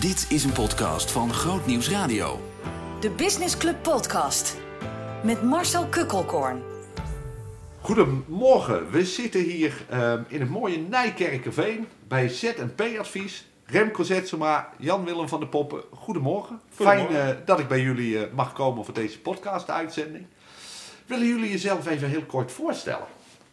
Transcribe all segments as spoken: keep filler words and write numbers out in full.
Dit is een podcast van Groot Nieuws Radio. De Business Club podcast met Marcel Kukkelkorn. Goedemorgen, we zitten hier uh, in het mooie Nijkerkerveen bij Z en P Advies. Remco Zetsema, Jan-Willem van der Poppen, goedemorgen. Goedemorgen. Fijn uh, dat ik bij jullie uh, mag komen voor deze podcast-uitzending. Willen jullie jezelf even heel kort voorstellen?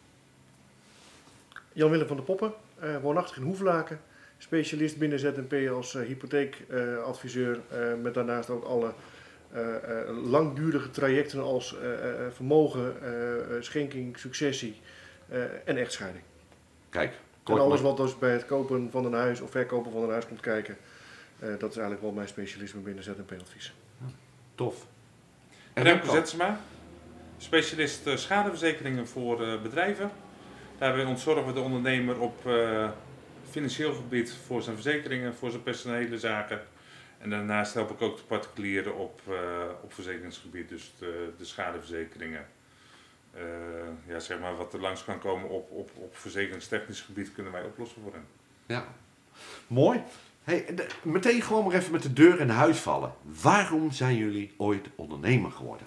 Jan-Willem van der Poppen, uh, woonachtig in Hoevelaken. Specialist binnen Z en P als uh, hypotheekadviseur. Uh, uh, met daarnaast ook alle uh, uh, langdurige trajecten als uh, uh, vermogen, uh, schenking, successie uh, en echtscheiding. Kijk, en alles wat dus bij het kopen van een huis of verkopen van een huis komt kijken. Uh, dat is eigenlijk wel mijn specialisme binnen Z en P Advies. Tof. En Remco Zetsema, specialist uh, schadeverzekeringen voor uh, bedrijven. Daarbij ontzorgen we de ondernemer op uh, financieel gebied voor zijn verzekeringen, voor zijn personele zaken. En daarnaast help ik ook de particulieren op, uh, op verzekeringsgebied, dus de, de schadeverzekeringen. Uh, ja, zeg maar wat er langs kan komen op, op, op verzekeringstechnisch gebied kunnen wij oplossen voor hen. Ja, mooi. Hey, de, meteen gewoon maar even met de deur in huis vallen. Waarom zijn jullie ooit ondernemer geworden?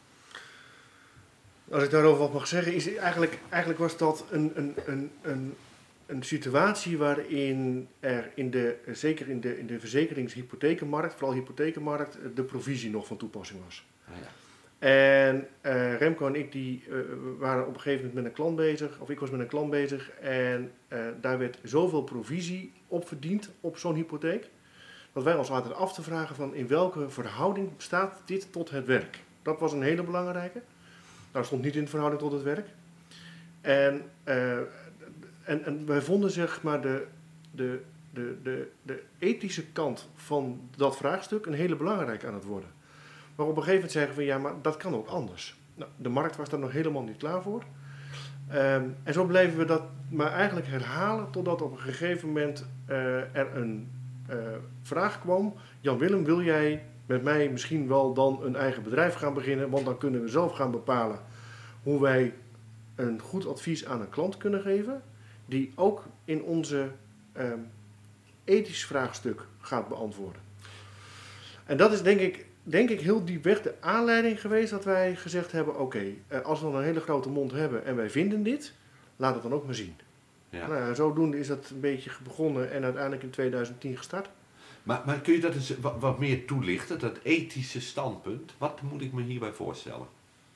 Als ik daarover wat mag zeggen, is eigenlijk, eigenlijk was dat een, een, een, een, een situatie waarin er in de, zeker in de, in de verzekeringshypothekenmarkt, vooral hypothekenmarkt, de provisie nog van toepassing was. Ah, ja. En uh, Remco en ik die, uh, waren op een gegeven moment met een klant bezig, of ik was met een klant bezig, en uh, daar werd zoveel provisie op verdiend op zo'n hypotheek, dat wij ons laten af te vragen van in welke verhouding staat dit tot het werk. Dat was een hele belangrijke. Nou, stond niet in verhouding tot het werk. En, uh, en, en wij vonden zeg maar de, de, de, de, de ethische kant van dat vraagstuk een hele belangrijke aan het worden. Maar op een gegeven moment zeggen we, ja, maar dat kan ook anders. Nou, de markt was daar nog helemaal niet klaar voor. Um, en zo bleven we dat maar eigenlijk herhalen totdat op een gegeven moment uh, er een uh, vraag kwam. Jan-Willem, wil jij met mij misschien wel dan een eigen bedrijf gaan beginnen? Want dan kunnen we zelf gaan bepalen hoe wij een goed advies aan een klant kunnen geven. Die ook in onze um, ethisch vraagstuk gaat beantwoorden. En dat is denk ik... denk ik heel diepweg de aanleiding geweest dat wij gezegd hebben, oké, okay, als we dan een hele grote mond hebben en wij vinden dit, laat het dan ook maar zien. Ja. Nou, zodoende is dat een beetje begonnen en uiteindelijk in tweeduizend tien gestart. Maar, maar kun je dat eens wat, wat meer toelichten, dat ethische standpunt? Wat moet ik me hierbij voorstellen?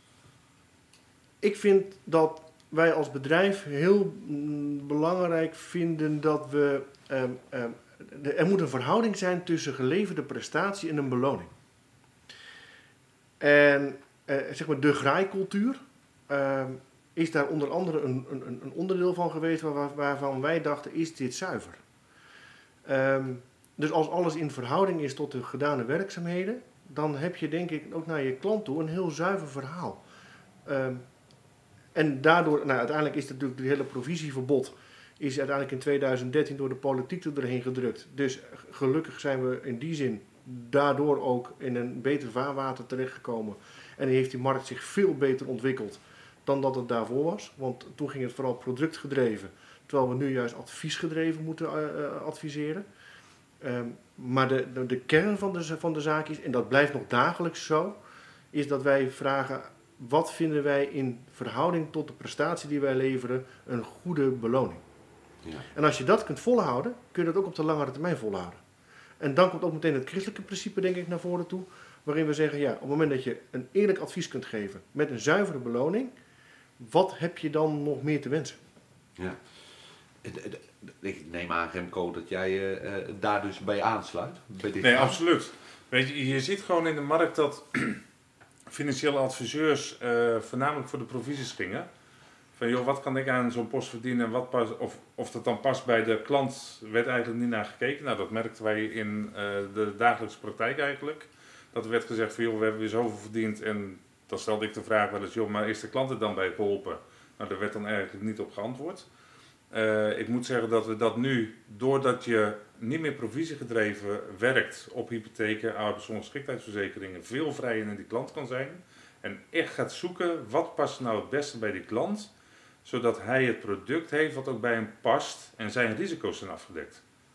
Ik vind dat wij als bedrijf heel mm, belangrijk vinden dat we... Um, um, de, er moet een verhouding zijn tussen geleverde prestatie en een beloning. En eh, zeg maar de graaikultuur uh, is daar onder andere een, een, een onderdeel van geweest waar, waarvan wij dachten, is dit zuiver? Um, dus als alles in verhouding is tot de gedane werkzaamheden, dan heb je denk ik ook naar je klant toe een heel zuiver verhaal. Um, en daardoor, nou uiteindelijk is natuurlijk het hele provisieverbod is uiteindelijk in tweeduizend dertien door de politiek er doorheen gedrukt. Dus gelukkig zijn we in die zin daardoor ook in een beter vaarwater terechtgekomen. En heeft die markt zich veel beter ontwikkeld dan dat het daarvoor was. Want toen ging het vooral productgedreven. Terwijl we nu juist adviesgedreven moeten uh, adviseren. Um, maar de, de, de kern van de, van de zaak is, en dat blijft nog dagelijks zo, is dat wij vragen, wat vinden wij in verhouding tot de prestatie die wij leveren een goede beloning? Ja. En als je dat kunt volhouden, kun je dat ook op de langere termijn volhouden. En dan komt ook meteen het christelijke principe, denk ik, naar voren toe. Waarin we zeggen, ja, op het moment dat je een eerlijk advies kunt geven met een zuivere beloning, wat heb je dan nog meer te wensen? Ja. Ik neem aan, Remco, dat jij uh, daar dus bij aansluit. Bij dit nee, verhaal. Absoluut. Weet je, je ziet gewoon in de markt dat financiële adviseurs uh, voornamelijk voor de provisies gingen. Van joh, wat kan ik aan zo'n post verdienen en wat pas, of, of dat dan past bij de klant, werd eigenlijk niet naar gekeken. Nou, dat merkten wij in uh, de dagelijkse praktijk eigenlijk. Dat er werd gezegd van joh, we hebben weer zoveel verdiend en dan stelde ik de vraag wel eens, joh, maar is de klant er dan bij geholpen? Nou, daar werd dan eigenlijk niet op geantwoord. Uh, ik moet zeggen dat we dat nu, doordat je niet meer provisiegedreven werkt op hypotheken, arbeidsongeschiktheidsverzekeringen, veel vrijer naar die klant kan zijn. En echt gaat zoeken, wat past nou het beste bij die klant, zodat hij het product heeft wat ook bij hem past en zijn risico's zijn afgedekt.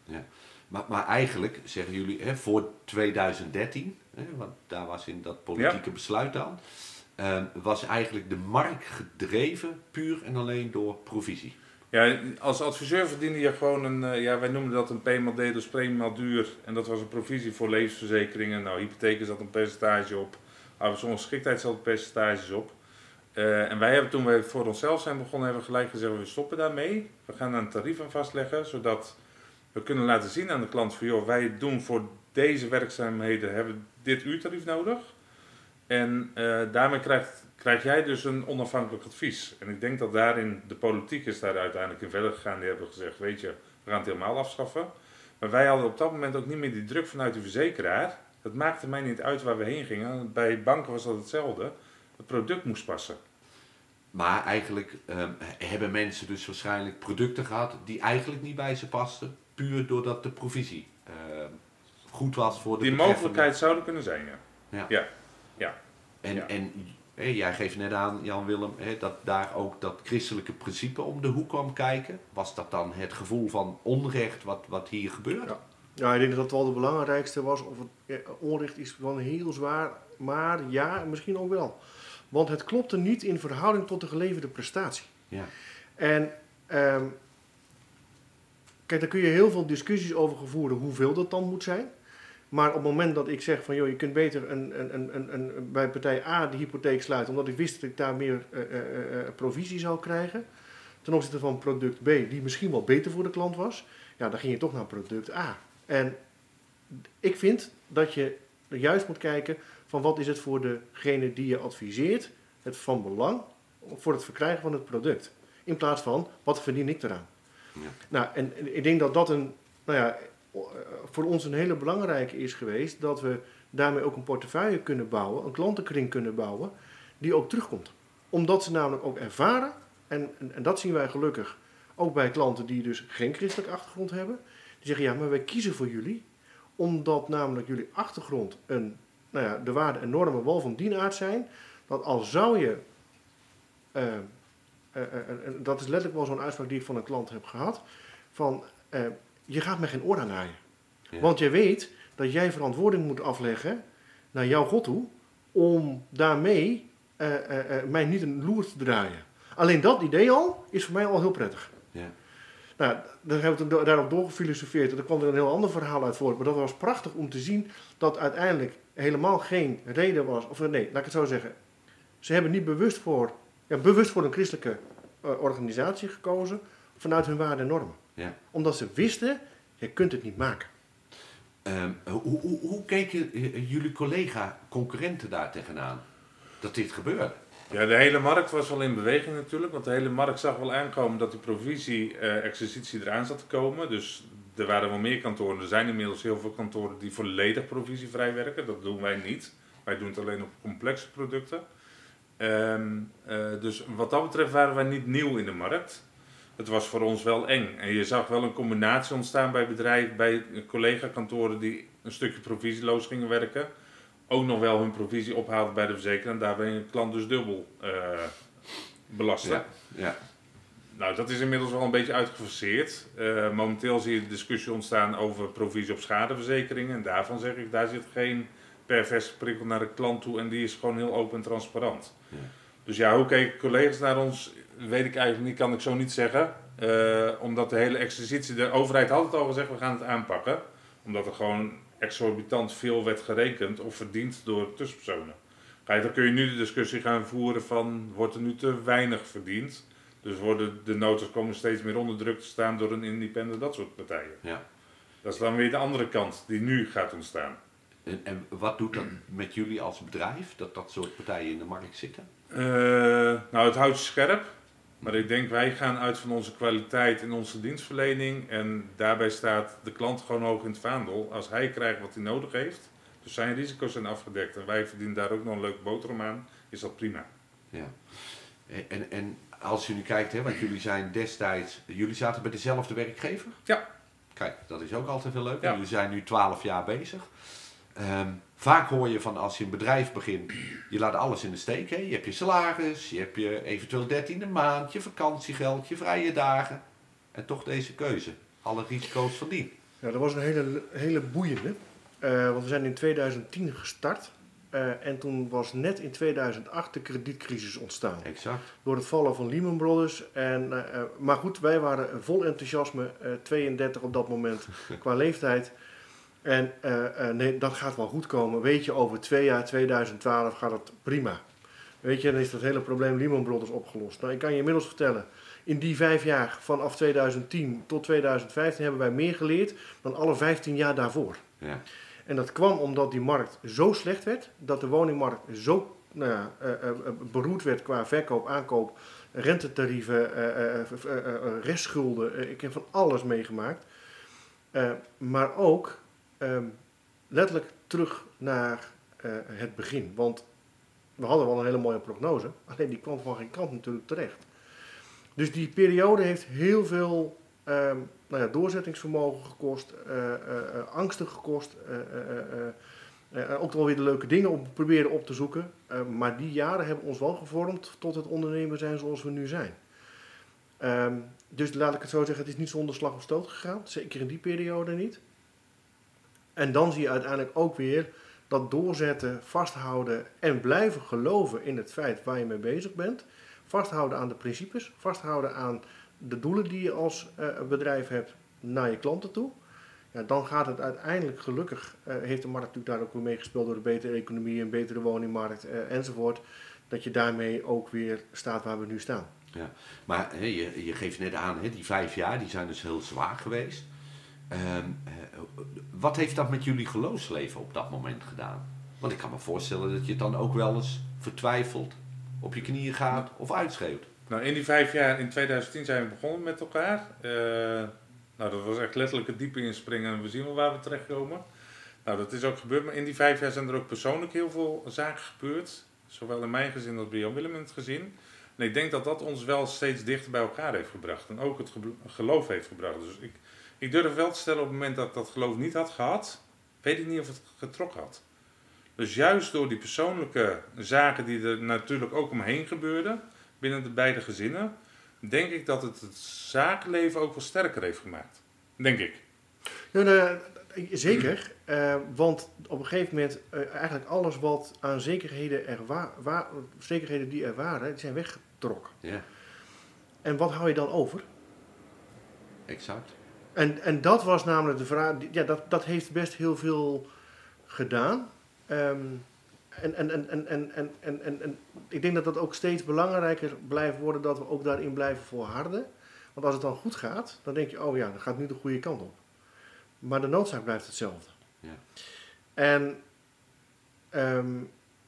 Ja. Maar, maar eigenlijk zeggen jullie, hè, voor tweeduizend dertien, hè, want daar was in dat politieke Ja. besluit dan, uh, was eigenlijk de markt gedreven puur en alleen door provisie. Ja, als adviseur verdiende je gewoon een, uh, ja, wij noemden dat een P maal D, dus premie maal duur. En dat was een provisie voor levensverzekeringen. Nou, hypotheken zat een percentage op, arbeidsongeschiktheid zat percentages op. Uh, en wij hebben toen we voor onszelf zijn begonnen, hebben we gelijk gezegd, we stoppen daarmee. We gaan een tarief aan vastleggen, zodat we kunnen laten zien aan de klant van, joh, wij doen voor deze werkzaamheden, hebben dit uurtarief nodig. En uh, daarmee krijgt, krijg jij dus een onafhankelijk advies. En ik denk dat daarin, de politiek is daar uiteindelijk in verder gegaan. Die hebben gezegd, weet je, we gaan het helemaal afschaffen. Maar wij hadden op dat moment ook niet meer die druk vanuit de verzekeraar. Het maakte mij niet uit waar we heen gingen. Bij banken was dat hetzelfde. Het product moest passen. Maar eigenlijk um, hebben mensen dus waarschijnlijk producten gehad die eigenlijk niet bij ze pasten. Puur doordat de provisie uh, goed was voor de Die betreffende... mogelijkheid zou er kunnen zijn, ja. Ja. Ja. Ja. En, Ja. en hé, jij geeft net aan, Jan-Willem, hé, dat daar ook dat christelijke principe om de hoek kwam kijken. Was dat dan het gevoel van onrecht wat, wat hier gebeurt? Ja. Ja, ik denk dat dat wel de belangrijkste was. Of het ja, onrecht is wel heel zwaar, maar ja, misschien ook wel. Want het klopte niet in verhouding tot de geleverde prestatie. Ja. En um, kijk, daar kun je heel veel discussies over voeren hoeveel dat dan moet zijn. Maar op het moment dat ik zeg van, joh, je kunt beter een, een, een, een, een, bij partij A de hypotheek sluiten, omdat ik wist dat ik daar meer uh, uh, uh, provisie zou krijgen, ten opzichte van product B, die misschien wel beter voor de klant was, ja, dan ging je toch naar product A. En ik vind dat je juist moet kijken van wat is het voor degene die je adviseert, het van belang voor het verkrijgen van het product. In plaats van, wat verdien ik eraan? Ja. Nou, en, en ik denk dat dat een, nou ja, voor ons een hele belangrijke is geweest, dat we daarmee ook een portefeuille kunnen bouwen, een klantenkring kunnen bouwen, die ook terugkomt. Omdat ze namelijk ook ervaren, en, en, en dat zien wij gelukkig ook bij klanten die dus geen christelijke achtergrond hebben, die zeggen, ja, maar wij kiezen voor jullie, omdat namelijk jullie achtergrond een, nou ja, de waarden en normen wel van die aard zijn, dat al zou je, uh, uh, uh, uh, dat is letterlijk wel zo'n uitspraak die ik van een klant heb gehad, van uh, je gaat me geen oor aan naaien. Ja. Want jij weet dat jij verantwoording moet afleggen naar jouw God toe, om daarmee uh, uh, uh, mij niet een loer te draaien. Alleen dat idee al is voor mij al heel prettig. Ja. Nou, daar hebben we daarop doorgefilosofeerd en er kwam er een heel ander verhaal uit voort. Maar dat was prachtig om te zien dat uiteindelijk helemaal geen reden was. Of nee, laat ik het zo zeggen. Ze hebben niet bewust voor, ja, bewust voor een christelijke uh, organisatie gekozen vanuit hun waarden en normen. Ja. Omdat ze wisten, je kunt het niet maken. Um, hoe, hoe, hoe keken jullie collega-concurrenten daar tegenaan? Dat dit gebeurde? Ja, de hele markt was wel in beweging natuurlijk, want de hele markt zag wel aankomen dat die provisie-exercitie uh, eraan zat te komen. Dus er waren wel meer kantoren. Er zijn inmiddels heel veel kantoren die volledig provisievrij werken. Dat doen wij niet. Wij doen het alleen op complexe producten. Um, uh, dus wat dat betreft waren wij niet nieuw in de markt. Het was voor ons wel eng. En je zag wel een combinatie ontstaan bij bedrijven, bij collega-kantoren die een stukje provisieloos gingen werken. Ook nog wel hun provisie ophaalden bij de verzekeraar en daarbij een klant dus dubbel uh, belasten. Ja, ja. Nou, dat is inmiddels wel een beetje uitgefaseerd. Uh, momenteel zie je de discussie ontstaan over provisie op schadeverzekeringen. En daarvan zeg ik, daar zit geen perverse prikkel naar de klant toe en die is gewoon heel open en transparant. Ja. Dus ja, hoe kijken collega's naar ons, weet ik eigenlijk niet, kan ik zo niet zeggen. Uh, omdat de hele exercitie, de overheid had het al gezegd, we gaan het aanpakken. Omdat er gewoon exorbitant veel werd gerekend of verdiend door tussenpersonen. Kijk, dan kun je nu de discussie gaan voeren van, wordt er nu te weinig verdiend? Dus worden de notas komen steeds meer onder druk te staan door een independent, dat soort partijen. Ja. Dat is dan weer de andere kant die nu gaat ontstaan. En, en wat doet dat met jullie als bedrijf, dat dat soort partijen in de markt zitten? Uh, nou, het houdt je scherp. Maar ik denk, wij gaan uit van onze kwaliteit in onze dienstverlening. En daarbij staat de klant gewoon hoog in het vaandel. Als hij krijgt wat hij nodig heeft, dus zijn risico's zijn afgedekt en wij verdienen daar ook nog een leuke boterham aan, is dat prima. Ja. En, en als je nu kijkt, hè, want jullie zijn destijds, jullie zaten bij dezelfde werkgever? Ja. Kijk, dat is ook altijd heel leuk. Ja. Jullie zijn nu twaalf jaar bezig. Um, vaak hoor je van als je een bedrijf begint, je laat alles in de steek. Hè? Je hebt je salaris, je hebt je eventueel dertiende maand, je vakantiegeld, je vrije dagen. En toch deze keuze. Alle risico's van dien. Ja, dat was een hele, hele boeiende. Uh, want we zijn in tweeduizend tien gestart. Uh, en toen was net in tweeduizend acht de kredietcrisis ontstaan. Exact. Door het vallen van Lehman Brothers. En, uh, uh, maar goed, wij waren vol enthousiasme. Uh, tweeëndertig op dat moment qua leeftijd. En uh, uh, nee, dat gaat wel goed komen. Weet je, over twee jaar, tweeduizend twaalf, gaat het prima. Weet je, dan is dat hele probleem Lehman Brothers opgelost. Nou, ik kan je inmiddels vertellen. In die vijf jaar, vanaf tweeduizend tien tot tweeduizend vijftien, hebben wij meer geleerd dan alle vijftien jaar daarvoor. Ja. En dat kwam omdat die markt zo slecht werd, dat de woningmarkt zo nou ja, uh, uh, beroerd werd qua verkoop, aankoop, rentetarieven, uh, uh, uh, uh, uh, restschulden. Uh, ik heb van alles meegemaakt. Uh, maar ook uh, letterlijk terug naar uh, het begin. Want we hadden wel een hele mooie prognose, alleen die kwam van geen kant natuurlijk terecht. Dus die periode heeft heel veel uh, nou ja, doorzettingsvermogen gekost, uh, uh, uh, angsten gekost. Uh, uh, uh, uh, ook wel weer de leuke dingen om proberen op te zoeken. Uh, maar die jaren hebben ons wel gevormd tot het ondernemer zijn zoals we nu zijn. Um, dus laat ik het zo zeggen, het is niet zonder slag of stoot gegaan. Zeker in die periode niet. En dan zie je uiteindelijk ook weer dat doorzetten, vasthouden en blijven geloven in het feit waar je mee bezig bent. Vasthouden aan de principes, vasthouden aan de doelen die je als uh, bedrijf hebt naar je klanten toe. Ja, dan gaat het uiteindelijk gelukkig, uh, heeft de markt natuurlijk daar ook weer mee gespeeld door de betere economie, een betere woningmarkt uh, enzovoort. Dat je daarmee ook weer staat waar we nu staan. Ja, maar he, je, je geeft net aan, he, die vijf jaar die zijn dus heel zwaar geweest. Um, uh, wat heeft dat met jullie geloofsleven op dat moment gedaan? Want ik kan me voorstellen dat je het dan ook wel eens vertwijfelt, op je knieën gaat of uitschreeuwt. Nou, in die vijf jaar, in tweeduizend tien zijn we begonnen met elkaar. Uh, nou, dat was echt letterlijk het diepe inspringen en we zien wel waar we terechtkomen. Nou, dat is ook gebeurd, maar in die vijf jaar zijn er ook persoonlijk heel veel zaken gebeurd. Zowel in mijn gezin als bij Jan Willem in het gezin. En ik denk dat dat ons wel steeds dichter bij elkaar heeft gebracht. En ook het geloof heeft gebracht. Dus ik, ik durf wel te stellen, op het moment dat ik dat geloof niet had gehad, weet ik niet of het getrokken had. Dus juist door die persoonlijke zaken die er natuurlijk ook omheen gebeurden, binnen de beide gezinnen, denk ik dat het het zakenleven ook wel sterker heeft gemaakt. Denk ik. Nou, nou, zeker, uh, want op een gegeven moment uh, eigenlijk alles wat aan zekerheden, er wa- wa- zekerheden die er waren, die zijn weggetrokken. Ja. En wat hou je dan over? Exact. En, en dat was namelijk de vraag, ja, dat, dat heeft best heel veel gedaan. Um, en, en, en, en, en, en, en, en, en ik denk dat dat ook steeds belangrijker blijft worden, dat we ook daarin blijven volharden. Want als het dan goed gaat, dan denk je, oh ja, dan gaat nu de goede kant op. Maar de noodzaak blijft hetzelfde. Ja. En um,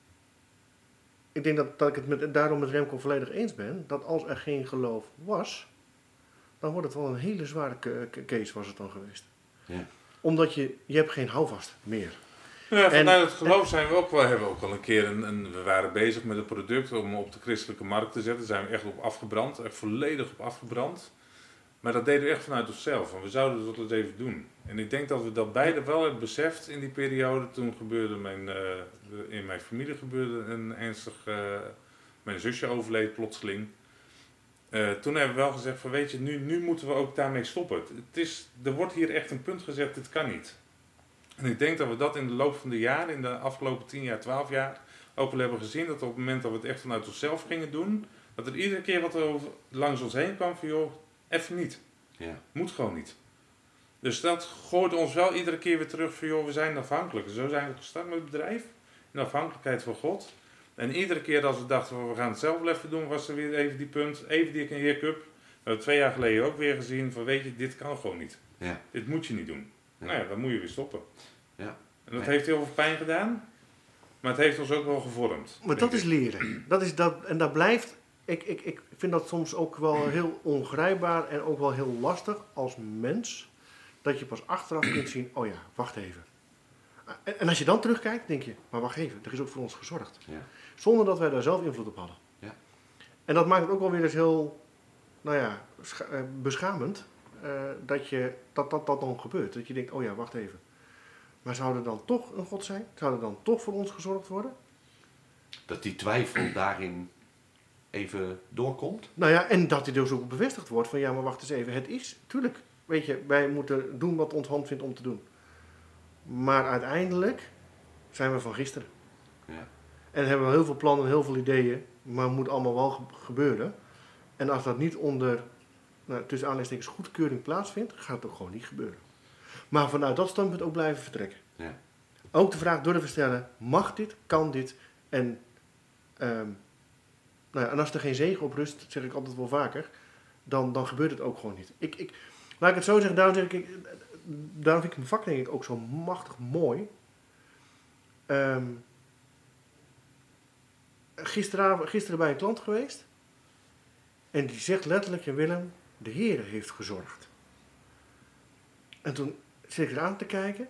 ik denk dat, dat ik het met, daarom met Remco volledig eens ben, dat als er geen geloof was, dan wordt het wel een hele zware case was het dan geweest. Ja. Omdat je, je hebt geen houvast meer. Ja, vanuit het geloof zijn we ook wel, hebben we ook al een keer, een, een, we waren bezig met het product om op de christelijke markt te zetten. Daar zijn we echt op afgebrand, echt volledig op afgebrand. Maar dat deden we echt vanuit onszelf, en we zouden dat eens even doen. En ik denk dat we dat beide wel hebben beseft in die periode. Toen gebeurde mijn, uh, in mijn familie gebeurde een ernstig, uh, mijn zusje overleed plotseling. Uh, toen hebben we wel gezegd van weet je, nu, nu moeten we ook daarmee stoppen. Het is, er wordt hier echt een punt gezet, dit kan niet. En ik denk dat we dat in de loop van de jaren, in de afgelopen tien jaar, twaalf jaar, ook wel hebben gezien. Dat op het moment dat we het echt vanuit onszelf gingen doen, dat er iedere keer wat er over, langs ons heen kwam van joh, even niet. Ja. Moet gewoon niet. Dus dat gooide ons wel iedere keer weer terug van joh, we zijn afhankelijk. Zo zijn we gestart met het bedrijf, in afhankelijkheid van God. En iedere keer als we dachten, we gaan het zelf wel even doen, was er weer even die punt, even die hiccup. We hebben twee jaar geleden ook weer gezien van weet je, dit kan gewoon niet. Ja. Dit moet je niet doen. Ja. Nou ja, dan moet je weer stoppen. Ja. En dat Ja. heeft heel veel pijn gedaan, maar het heeft ons ook wel gevormd. Maar dat is leren. Dat is dat, en dat blijft, ik, ik, ik vind dat soms ook wel heel ongrijpbaar en ook wel heel lastig als mens, dat je pas achteraf kunt zien, oh ja, wacht even. En, en als je dan terugkijkt, denk je, maar wacht even, er is ook voor ons gezorgd. Ja. Zonder dat wij daar zelf invloed op hadden. Ja. En dat maakt het ook wel weer eens heel, nou ja, scha- uh, beschamend, uh, dat, je, dat, dat dat dan gebeurt. Dat je denkt, oh ja, wacht even. Maar zou er dan toch een God zijn? Zou er dan toch voor ons gezorgd worden? Dat die twijfel daarin even doorkomt. Nou ja, en dat hij dus ook bevestigd wordt van, ja, maar wacht eens even, het is, tuurlijk, weet je, wij moeten doen wat ons hand vindt om te doen. Maar uiteindelijk zijn we van gisteren. Ja. En hebben we heel veel plannen, heel veel ideeën, maar het moet allemaal wel ge- gebeuren. En als dat niet onder, nou, tussen aanleidingstekens, goedkeuring plaatsvindt, gaat het ook gewoon niet gebeuren. Maar vanuit dat standpunt ook blijven vertrekken. Ja. Ook de vraag durven stellen, mag dit, kan dit? En, um, nou ja, en als er geen zegen op rust, zeg ik altijd wel vaker, dan, dan gebeurt het ook gewoon niet. Ik, ik, laat ik het zo zeggen, daarom, zeg ik, daarom vind ik mijn vak denk ik ook zo machtig mooi. Um, gisteravond, gisteren bij een klant geweest en die zegt letterlijk, ja Willem, de Heer heeft gezorgd. En toen zit ik er aan te kijken.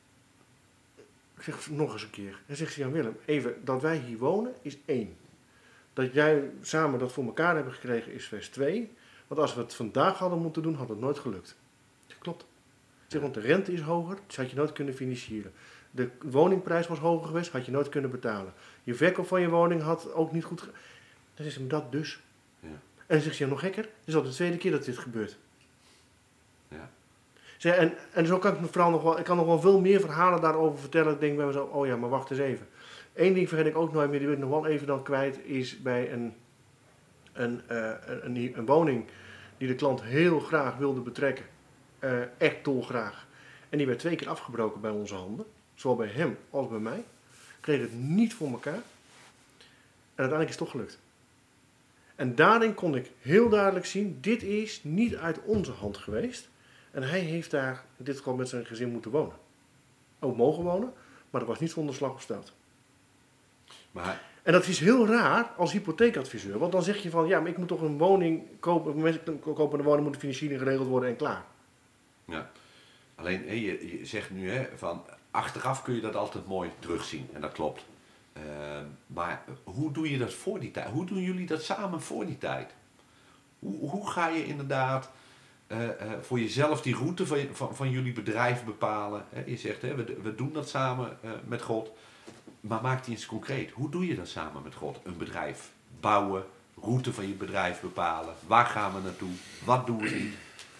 Ik zeg nog eens een keer. En zegt ze, Jan Willem, even, dat wij hier wonen is één. Dat jij samen dat voor elkaar hebben gekregen is vers twee. Want als we het vandaag hadden moeten doen, had het nooit gelukt. Ik zeg, klopt. Ik zeg, want de rente is hoger, dus had je nooit kunnen financieren. De woningprijs was hoger geweest, had je nooit kunnen betalen. Je verkoop van je woning had ook niet goed... Ge- dan zegt ze, dat dus. Ja. En dan zegt ze, ja, nog gekker. Het is al de tweede keer dat dit gebeurt. Ja. Zeg, en, en zo kan ik me vooral nog wel... Ik kan nog wel veel meer verhalen daarover vertellen. Ik denk bij mezelf, oh ja, maar wacht eens even. Eén ding vergeet ik ook nooit meer, die wil ik nog wel even dan kwijt, is bij een, een, uh, een, een, een woning die de klant heel graag wilde betrekken. Uh, echt dolgraag. En die werd twee keer afgebroken bij onze handen. Zowel bij hem als bij mij. Kreeg het niet voor elkaar. En uiteindelijk is het toch gelukt. En daarin kon ik heel duidelijk zien, dit is niet uit onze hand geweest. En hij heeft daar in dit geval met zijn gezin moeten wonen. Ook mogen wonen, maar dat was niet zonder slag of stoot. Maar... En dat is heel raar als hypotheekadviseur. Want dan zeg je van, ja, maar ik moet toch een woning kopen. Mensen kopen een woning, moet de financiering geregeld worden en klaar. Ja. Alleen, hè, je, je zegt nu, hè, van achteraf kun je dat altijd mooi terugzien. En dat klopt. Uh, maar hoe doe je dat voor die tijd? Hoe doen jullie dat samen voor die tijd? Hoe, hoe ga je inderdaad uh, uh, voor jezelf die route van, van, van jullie bedrijf bepalen? Hè? Je zegt, hè, we, we doen dat samen uh, met God. Maar maak die eens concreet. Hoe doe je dat samen met God? Een bedrijf bouwen, route van je bedrijf bepalen. Waar gaan we naartoe? Wat doen we niet?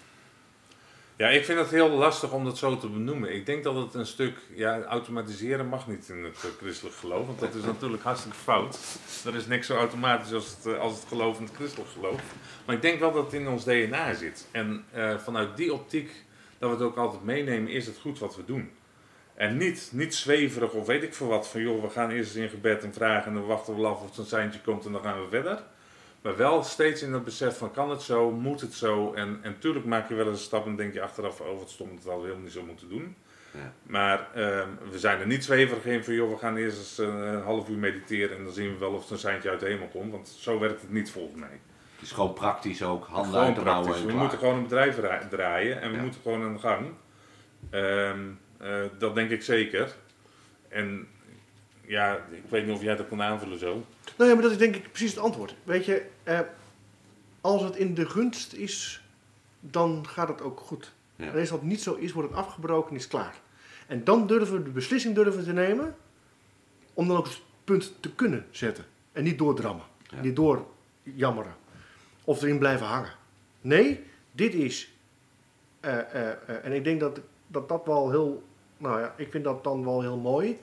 Ja, ik vind het heel lastig om dat zo te benoemen. Ik denk dat het een stuk, ja, automatiseren mag niet in het uh, christelijk geloof, want dat is natuurlijk hartstikke fout. Er is niks zo automatisch als het, uh, als het geloof in het christelijk geloof. Maar ik denk wel dat het in ons D N A zit. En uh, vanuit die optiek, dat we het ook altijd meenemen, is het goed wat we doen. En niet, niet zweverig of weet ik veel wat, van joh, we gaan eerst eens in gebed en vragen en dan wachten we af of het een seintje komt en dan gaan we verder. Maar wel steeds in het besef van, kan het zo, moet het zo? En, en tuurlijk maak je wel eens een stap en denk je achteraf, oh wat stom, dat hadden we helemaal niet zo moeten doen. Ja. Maar uh, we zijn er niet zweverig in van, joh, we gaan eerst eens uh, een half uur mediteren en dan zien we wel of het een seintje uit de hemel komt. Want zo werkt het niet volgens mij. Het is gewoon praktisch ook, handen gewoon uit de mouwen. praktisch. We klaar. moeten gewoon een bedrijf draaien en we ja. moeten gewoon aan de gang. Um, uh, dat denk ik zeker. En ja, ik weet niet of jij dat kan aanvullen zo. Nou ja, maar dat is denk ik precies het antwoord. Weet je, eh, als het in de gunst is, dan gaat het ook goed. Ja. En als dat niet zo is, wordt het afgebroken en is klaar. En dan durven we de beslissing durven te nemen om dan ook het punt te kunnen zetten. En niet doordrammen. Ja. Niet doorjammeren. Of erin blijven hangen. Nee, dit is... Uh, uh, uh, en ik denk dat, dat dat wel heel... Nou ja, ik vind dat dan wel heel mooi.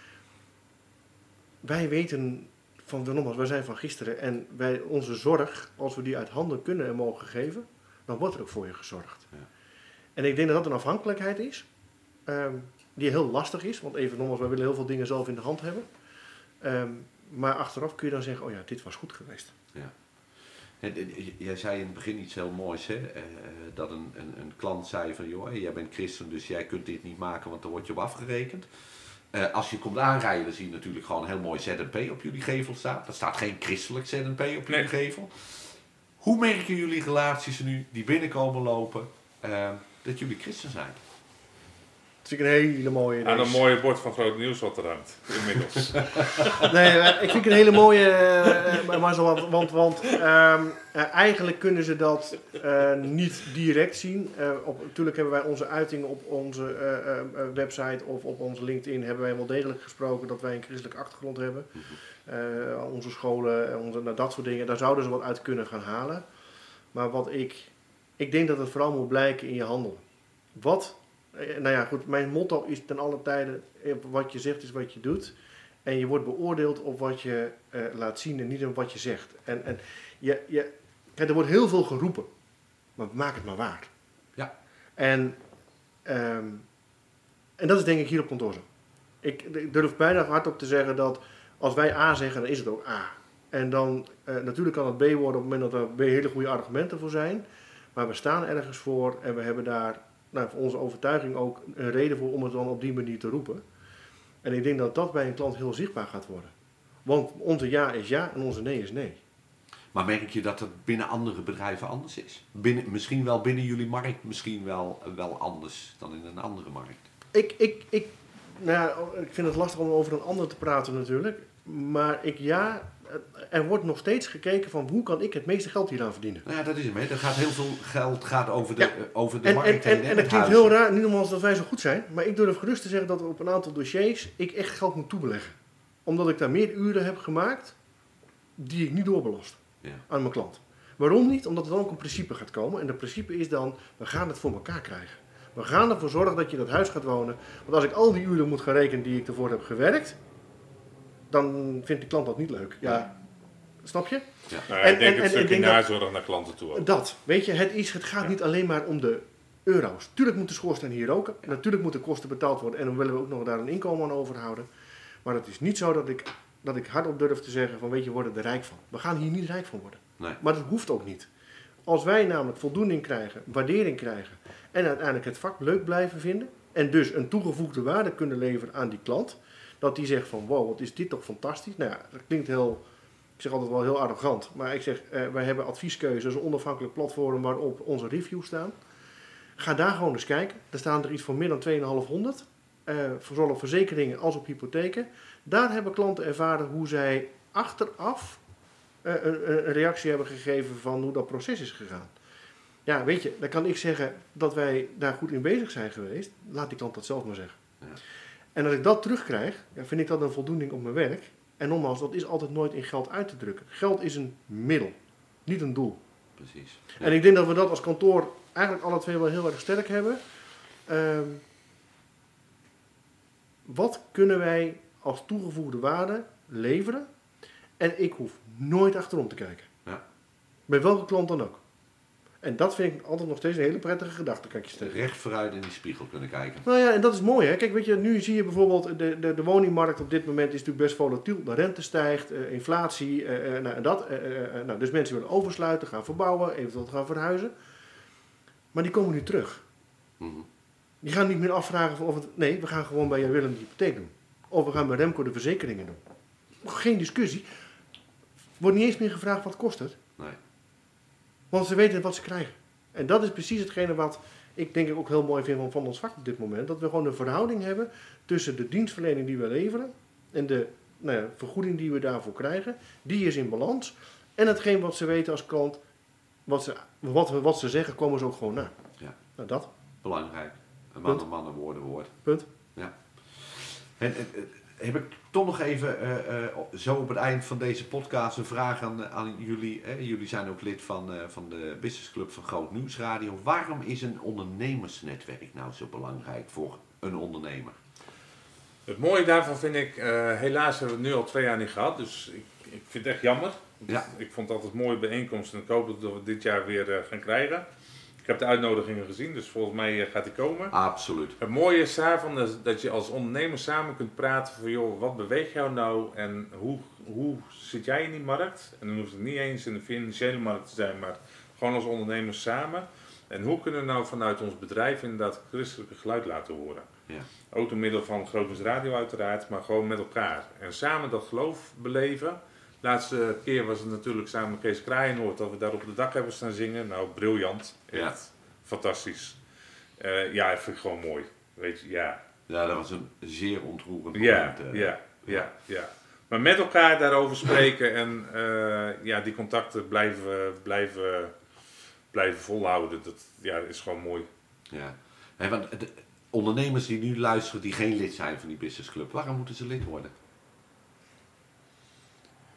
Wij weten van, nogmaals, wij zijn van gisteren. En wij, onze zorg, als we die uit handen kunnen en mogen geven, dan wordt er ook voor je gezorgd. Ja. En ik denk dat dat een afhankelijkheid is. Um, die heel lastig is. Want even nogmaals, wij willen heel veel dingen zelf in de hand hebben. Um, maar achteraf kun je dan zeggen, oh ja, dit was goed geweest. Ja. Jij zei in het begin iets heel moois, hè? Uh, dat een, een, een klant zei van, joh, jij bent christen, dus jij kunt dit niet maken, want dan word je op afgerekend. Uh, als je komt aanrijden, dan zie je natuurlijk gewoon een heel mooi Z N P op jullie gevel staan. Er staat geen christelijk Z N P op jullie nee. gevel. Hoe merken jullie relaties nu die binnenkomen lopen, uh, dat jullie christen zijn? Dat vind ik een hele mooie... Aan een mooie bord van Groot Nieuws wat er hangt, inmiddels. Nee, ik vind het een hele mooie... Uh, maar zo, want want um, uh, eigenlijk kunnen ze dat uh, niet direct zien. Uh, op, natuurlijk hebben wij onze uitingen op onze uh, uh, website of op onze LinkedIn... hebben wij wel degelijk gesproken dat wij een christelijke achtergrond hebben. Uh, onze scholen, onze, nou, dat soort dingen. Daar zouden ze wat uit kunnen gaan halen. Maar wat ik ik denk dat het vooral moet blijken in je handel. Wat, eh, nou ja goed, mijn motto is ten alle tijde, eh, wat je zegt is wat je doet. En je wordt beoordeeld op wat je uh, laat zien en niet op wat je zegt. En, en je, je, kijk, er wordt heel veel geroepen, maar maak het maar waar. Ja. En, um, en dat is denk ik hier op kantoor zo. Ik, ik durf bijna hardop te zeggen dat als wij A zeggen, dan is het ook A. En dan, uh, natuurlijk kan het B worden op het moment dat er B hele goede argumenten voor zijn. Maar we staan ergens voor en we hebben daar, nou, voor onze overtuiging ook een reden voor om het dan op die manier te roepen. En ik denk dat dat bij een klant heel zichtbaar gaat worden. Want onze ja is ja en onze nee is nee. Maar merk je dat het binnen andere bedrijven anders is? Binnen, misschien wel binnen jullie markt, misschien wel, wel anders dan in een andere markt. Ik, ik, ik, nou ja, ik vind het lastig om over een ander te praten natuurlijk. Maar ik ja, er wordt nog steeds gekeken van hoe kan ik het meeste geld hieraan verdienen. Nou ja, dat is hem. Hè. Er gaat heel veel geld gaat over de, Ja. uh, over de En, markt en, heen. en, en het klinkt heel raar, niet omdat dat wij zo goed zijn. Maar ik durf gerust te zeggen dat op een aantal dossiers ik echt geld moet toebeleggen. Omdat ik daar meer uren heb gemaakt die ik niet doorbelast Ja. aan mijn klant. Waarom niet? Omdat er dan ook een principe gaat komen. En dat principe is dan, we gaan het voor elkaar krijgen. We gaan ervoor zorgen dat je in dat huis gaat wonen. Want als ik al die uren moet gaan rekenen die ik ervoor heb gewerkt, dan vindt de klant dat niet leuk. Ja, snap je? Ja. Nou, ja, En- ik denk en- het en ik stukje denk dat- nazorg naar klanten toe ook. Dat, weet je, het, is, het gaat niet alleen maar om de euro's. Tuurlijk moet de schoorsteen hier roken. Natuurlijk moeten kosten betaald worden. En dan willen we ook nog daar een inkomen aan overhouden. Maar het is niet zo dat ik, dat ik hardop durf te zeggen van weet je, we worden er rijk van. We gaan hier niet rijk van worden. Nee. Maar dat hoeft ook niet. Als wij namelijk voldoening krijgen, waardering krijgen en uiteindelijk het vak leuk blijven vinden en dus een toegevoegde waarde kunnen leveren aan die klant, dat die zegt van wow, wat is dit toch fantastisch. Nou ja, dat klinkt heel, ik zeg altijd wel heel arrogant, maar ik zeg, eh, wij hebben Advieskeuze, een onafhankelijk platform waarop onze reviews staan. Ga daar gewoon eens kijken. Er staan er iets van meer dan tweeduizend uh, zowel op verzekeringen als op hypotheken. Daar hebben klanten ervaren hoe zij achteraf uh, een, een reactie hebben gegeven van hoe dat proces is gegaan. Ja, weet je, dan kan ik zeggen dat wij daar goed in bezig zijn geweest. Laat die klant dat zelf maar zeggen. Ja. En als ik dat terugkrijg, ja, vind ik dat een voldoening op mijn werk. En nogmaals, dat is altijd nooit in geld uit te drukken. Geld is een middel, niet een doel. Precies. En ik denk dat we dat als kantoor eigenlijk alle twee wel heel erg sterk hebben. Um, wat kunnen wij als toegevoegde waarde leveren? En ik hoef nooit achterom te kijken. Ja. Bij welke klant dan ook. En dat vind ik altijd nog steeds een hele prettige gedachte, kan ik je stellen. Recht vooruit in die spiegel kunnen kijken. Nou ja, en dat is mooi hè. Kijk, weet je, nu zie je bijvoorbeeld, de, de, de woningmarkt op dit moment is natuurlijk best volatiel. De rente stijgt, uh, inflatie, uh, uh, nou, en dat. Uh, uh, uh, nou, dus mensen willen oversluiten, gaan verbouwen, eventueel gaan verhuizen. Maar die komen nu terug. Mm-hmm. Die gaan niet meer afvragen of het... Nee, we gaan gewoon bij Jan Willem de hypotheek doen. Of we gaan bij Remco de verzekeringen doen. Geen discussie. Wordt niet eens meer gevraagd wat kost het. Nee. Want ze weten wat ze krijgen. En dat is precies hetgene wat ik denk ik ook heel mooi vind van, van ons vak op dit moment. Dat we gewoon een verhouding hebben tussen de dienstverlening die we leveren en de nou ja, vergoeding die we daarvoor krijgen. Die is in balans. En hetgeen wat ze weten als klant, wat ze, wat, wat ze zeggen, komen ze ook gewoon na. Ja. Nou, dat. Belangrijk. Een man, Punt. een man, een woord, een woord. Punt. Ja. En, en, en heb ik toch nog even, uh, uh, zo op het eind van deze podcast, een vraag aan, aan jullie. Hè? Jullie zijn ook lid van, uh, van de Business Club van Groot Nieuws Radio. Waarom is een ondernemersnetwerk nou zo belangrijk voor een ondernemer? Het mooie daarvan vind ik, uh, helaas hebben we het nu al twee jaar niet gehad, dus ik, ik vind het echt jammer. Ja. Ik vond het altijd mooie bijeenkomsten en ik hoop dat we dit jaar weer uh, gaan krijgen. Ik heb de uitnodigingen gezien, dus volgens mij uh, gaat die komen. Absoluut. Het mooie is daarvan dat, dat je als ondernemer samen kunt praten van joh, wat beweegt jou nou en hoe, hoe zit jij in die markt? En dan hoeft het niet eens in de financiële markt te zijn, maar gewoon als ondernemers samen. En hoe kunnen we nou vanuit ons bedrijf inderdaad christelijke geluid laten horen? Ja. Ook door middel van Groot Nieuws Radio uiteraard, maar gewoon met elkaar. En samen dat geloof beleven. Laatste keer was het natuurlijk samen met Kees Kraaienoord dat we daar op de dak hebben staan zingen. Nou, briljant. Echt Ja. fantastisch. Uh, ja, dat vind ik gewoon mooi. Weet je, ja. Ja, dat was een zeer ontroerend Ja, moment. uh, ja, ja, ja. Maar met elkaar daarover spreken en uh, ja, die contacten blijven, blijven, blijven volhouden, dat ja, is gewoon mooi. Ja. Hey, want de ondernemers die nu luisteren, die geen lid zijn van die Business Club, waarom moeten ze lid worden?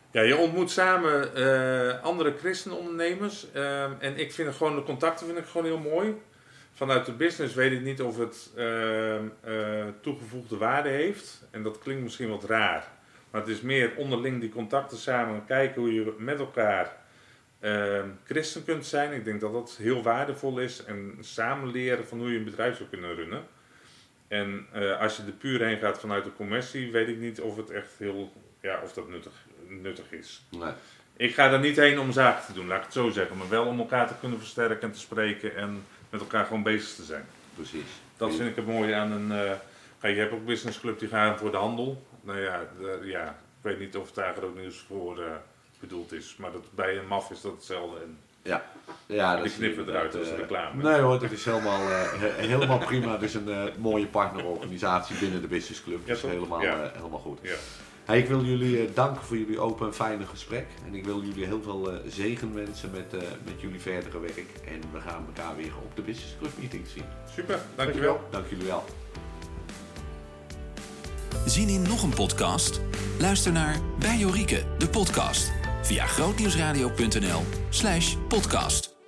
Ja, je ontmoet samen uh, andere christenondernemers. Uh, en ik vind gewoon de contacten vind ik gewoon heel mooi. Vanuit de business weet ik niet of het uh, uh, toegevoegde waarde heeft. En dat klinkt misschien wat raar. Maar het is meer onderling die contacten samen. Kijken hoe je met elkaar uh, christen kunt zijn. Ik denk dat dat heel waardevol is. En samen leren van hoe je een bedrijf zou kunnen runnen. En uh, als je er puur heen gaat vanuit de commercie, weet ik niet of het echt heel, ja, of dat nuttig, nuttig is. Nee. Ik ga er niet heen om zaken te doen, laat ik het zo zeggen. Maar wel om elkaar te kunnen versterken en te spreken en met elkaar gewoon bezig te zijn. Precies. Dat vind ik het mooie aan een... Uh, kijk, je hebt ook businessclub die gaan voor de handel. Nou ja, de, ja ik weet niet of het daar groot nieuws voor uh, bedoeld is. Maar dat, bij een M A F is dat hetzelfde. En ja. Ja, dat die knippen we eruit als uh, reclame. Nee hoor, dat is helemaal, uh, helemaal prima. Het is een uh, mooie partnerorganisatie binnen de businessclub. Dat is ja, helemaal, ja. uh, helemaal goed. Ja. Hey, ik wil jullie uh, danken voor jullie open en fijne gesprek. En ik wil jullie heel veel uh, zegen wensen met, uh, met jullie verdere werk. En we gaan elkaar weer op de Business Club meetings zien. Super, dankjewel. Dank jullie wel. Zin in nog een podcast? Luister naar Bij Jorike, de podcast. Via grootnieuwsradio punt n l slash podcast.